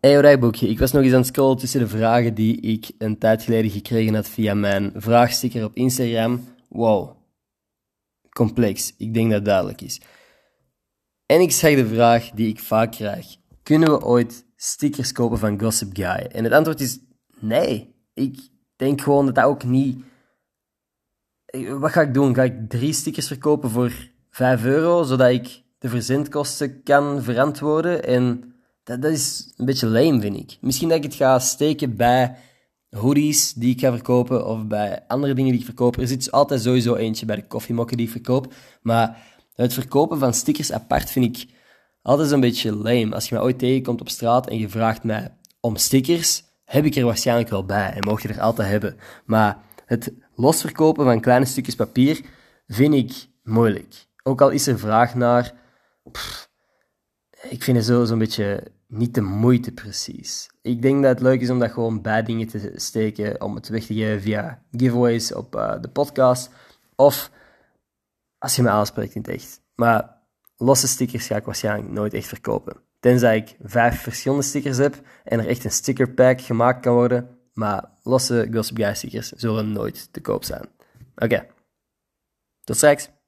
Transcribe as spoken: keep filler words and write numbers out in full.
Hey Rijboekje, ik was nog eens aan het scrollen tussen de vragen die ik een tijd geleden gekregen had via mijn vraagsticker op Instagram. Wow, complex. Ik denk dat het duidelijk is. En ik zag de vraag die ik vaak krijg. Kunnen we ooit stickers kopen van Gossip Guy? En het antwoord is nee. Ik denk gewoon dat dat ook niet... Wat ga ik doen? Ga ik drie stickers verkopen voor vijf euro, zodat ik de verzendkosten kan verantwoorden? En dat, dat is een beetje lame, vind ik. Misschien dat ik het ga steken bij hoodies die ik ga verkopen, of bij andere dingen die ik verkoop. Er zit altijd sowieso eentje bij de koffiemokken die ik verkoop. Maar het verkopen van stickers apart vind ik altijd een beetje lame. Als je mij ooit tegenkomt op straat en je vraagt mij om stickers, heb ik er waarschijnlijk wel bij en mocht je er altijd hebben. Maar het losverkopen van kleine stukjes papier vind ik moeilijk. Ook al is er vraag naar, pff, ik vind het zo, zo'n beetje niet de moeite precies. Ik denk dat het leuk is om dat gewoon bij dingen te steken, om het weg te geven via giveaways op uh, de podcast, of als je me aanspreekt in het echt. Maar losse stickers ga ik waarschijnlijk nooit echt verkopen. Tenzij ik vijf verschillende stickers heb en er echt een stickerpack gemaakt kan worden. Maar losse Gossip Guy stickers zullen nooit te koop zijn. Oké, okay. Tot straks.